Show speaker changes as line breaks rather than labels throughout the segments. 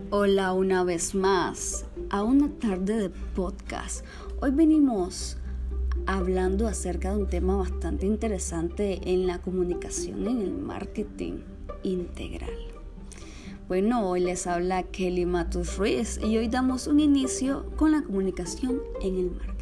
Hola una vez más a una tarde de podcast. Hoy venimos hablando acerca de un tema bastante interesante en la comunicación en el marketing integral. Bueno, hoy les habla Kelly Matus Ruiz y hoy damos un inicio con la comunicación en el marketing.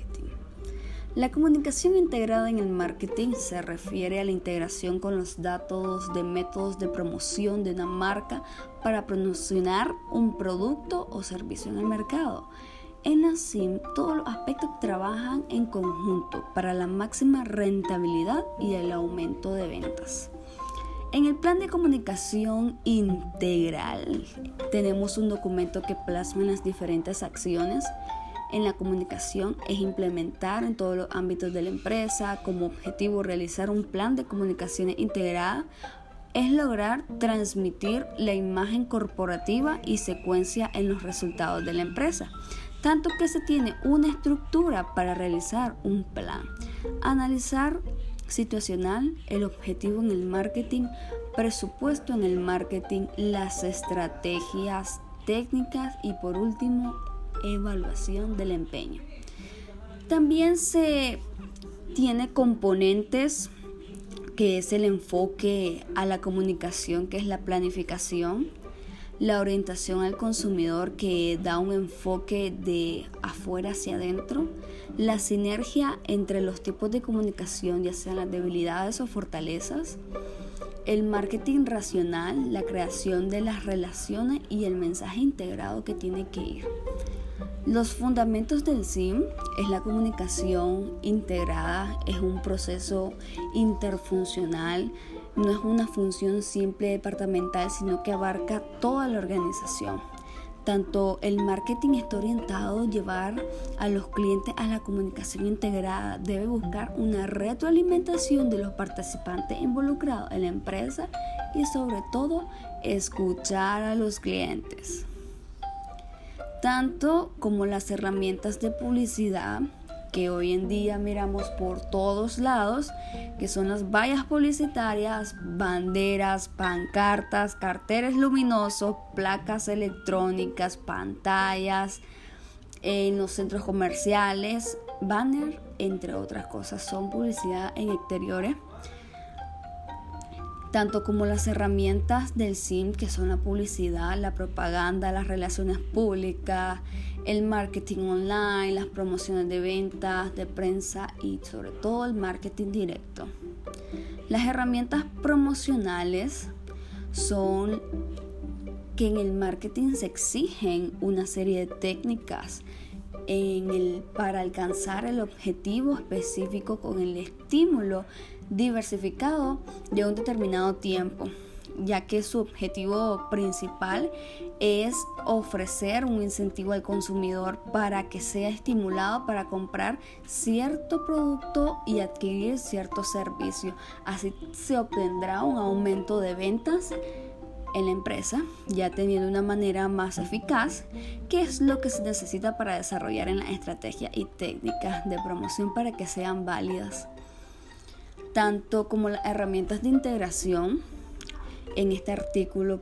La comunicación integrada en el marketing se refiere a la integración con los datos de métodos de promoción de una marca para promocionar un producto o servicio en el mercado. En la CIM, todos los aspectos trabajan en conjunto para la máxima rentabilidad y el aumento de ventas. En el plan de comunicación integral tenemos un documento que plasma las diferentes acciones en la comunicación es implementar en todos los ámbitos de la empresa como objetivo realizar un plan de comunicación integrada es lograr transmitir la imagen corporativa y secuencia en los resultados de la empresa, tanto que se tiene una estructura para realizar un plan, analizar situacional, el objetivo en el marketing, presupuesto en el marketing, las estrategias técnicas y por último evaluación del empeño. También se tiene componentes que es el enfoque a la comunicación, que es la planificación, la orientación al consumidor, que da un enfoque de afuera hacia adentro, la sinergia entre los tipos de comunicación, ya sean las debilidades o fortalezas, el marketing racional, la creación de las relaciones y el mensaje integrado que tiene que ir. Los fundamentos del CIM es la comunicación integrada, es un proceso interfuncional, no es una función simple departamental, sino que abarca toda la organización. Tanto el marketing está orientado a llevar a los clientes a la comunicación integrada, debe buscar una retroalimentación de los participantes involucrados en la empresa y sobre todo escuchar a los clientes. Tanto como las herramientas de publicidad que hoy en día miramos por todos lados, que son las vallas publicitarias, banderas, pancartas, carteles luminosos, placas electrónicas, pantallas, en los centros comerciales, banner, entre otras cosas, son publicidad en exteriores. Tanto como las herramientas del CIM, que son la publicidad, la propaganda, las relaciones públicas, el marketing online, las promociones de ventas, de prensa y sobre todo el marketing directo. Las herramientas promocionales son que en el marketing se exigen una serie de técnicas para alcanzar el objetivo específico con el estímulo diversificado de un determinado tiempo, ya que su objetivo principal es ofrecer un incentivo al consumidor para que sea estimulado para comprar cierto producto y adquirir cierto servicio. Así se obtendrá un aumento de ventas en la empresa, ya teniendo una manera más eficaz, que es lo que se necesita para desarrollar en la estrategia y técnicas de promoción para que sean válidas. Tanto como las herramientas de integración, en este artículo,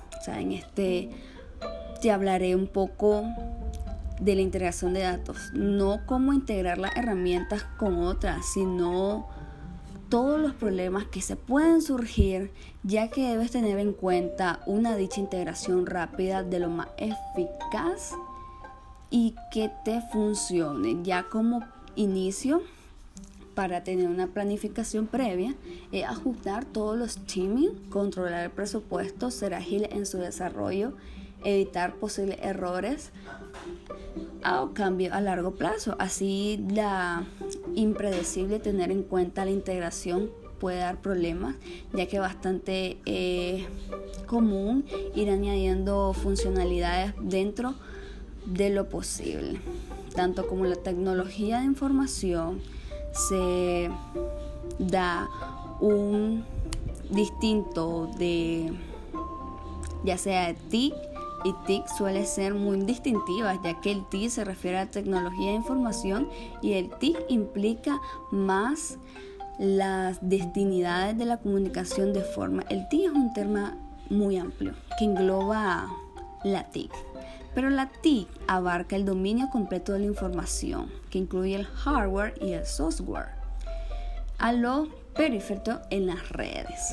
te hablaré un poco de la integración de datos, no cómo integrar las herramientas con otras, sino todos los problemas que se pueden surgir, ya que debes tener en cuenta una dicha integración rápida de lo más eficaz y que te funcione. Ya como inicio, para tener una planificación previa, ajustar todos los teaming, controlar el presupuesto, ser ágil en su desarrollo, evitar posibles errores o cambios a largo plazo. Así la impredecible tener en cuenta la integración puede dar problemas, ya que es bastante común ir añadiendo funcionalidades dentro de lo posible. Tanto como la tecnología de información se da un distinto de ya sea de TIC y TIC suele ser muy distintivas, ya que el TIC se refiere a tecnología de información y el TIC implica más las destinidades de la comunicación de forma. El TIC es un tema muy amplio que engloba la TIC. Pero la TIC abarca el dominio completo de la información, que incluye el hardware y el software, a lo periférico en las redes.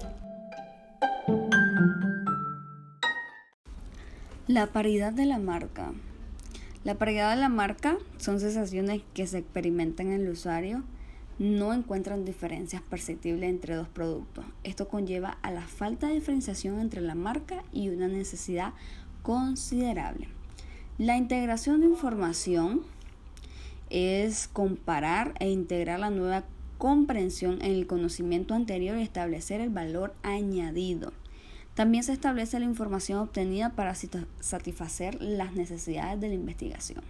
La paridad de la marca. La paridad de la marca son sensaciones que se experimentan en el usuario. No encuentran diferencias perceptibles entre dos productos. Esto conlleva a la falta de diferenciación entre la marca y una necesidad considerable. La integración de información es comparar e integrar la nueva comprensión en el conocimiento anterior y establecer el valor añadido. También se establece la información obtenida para satisfacer las necesidades de la investigación.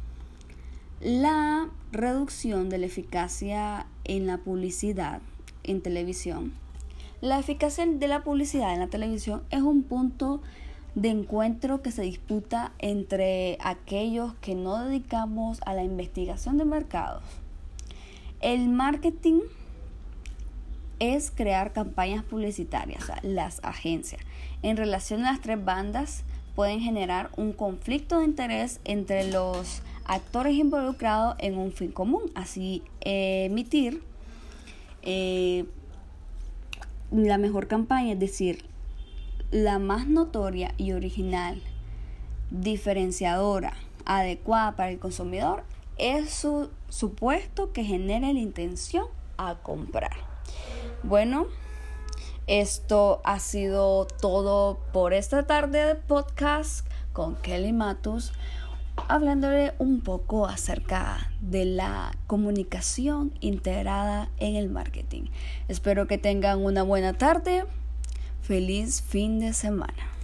La reducción de la eficacia en la publicidad en televisión. La eficacia de la publicidad en la televisión es un punto de encuentro que se disputa entre aquellos que no dedicamos a la investigación de mercados. El marketing es crear campañas publicitarias, o sea, las agencias. En relación a las tres bandas, pueden generar un conflicto de interés entre los actores involucrados en un fin común, así emitir la mejor campaña, es decir, la más notoria y original, diferenciadora, adecuada para el consumidor, es su supuesto que genere la intención a comprar. Bueno, esto ha sido todo por esta tarde de podcast con Kelly Matus, hablándole un poco acerca de la comunicación integrada en el marketing. Espero que tengan una buena tarde. Feliz fin de semana.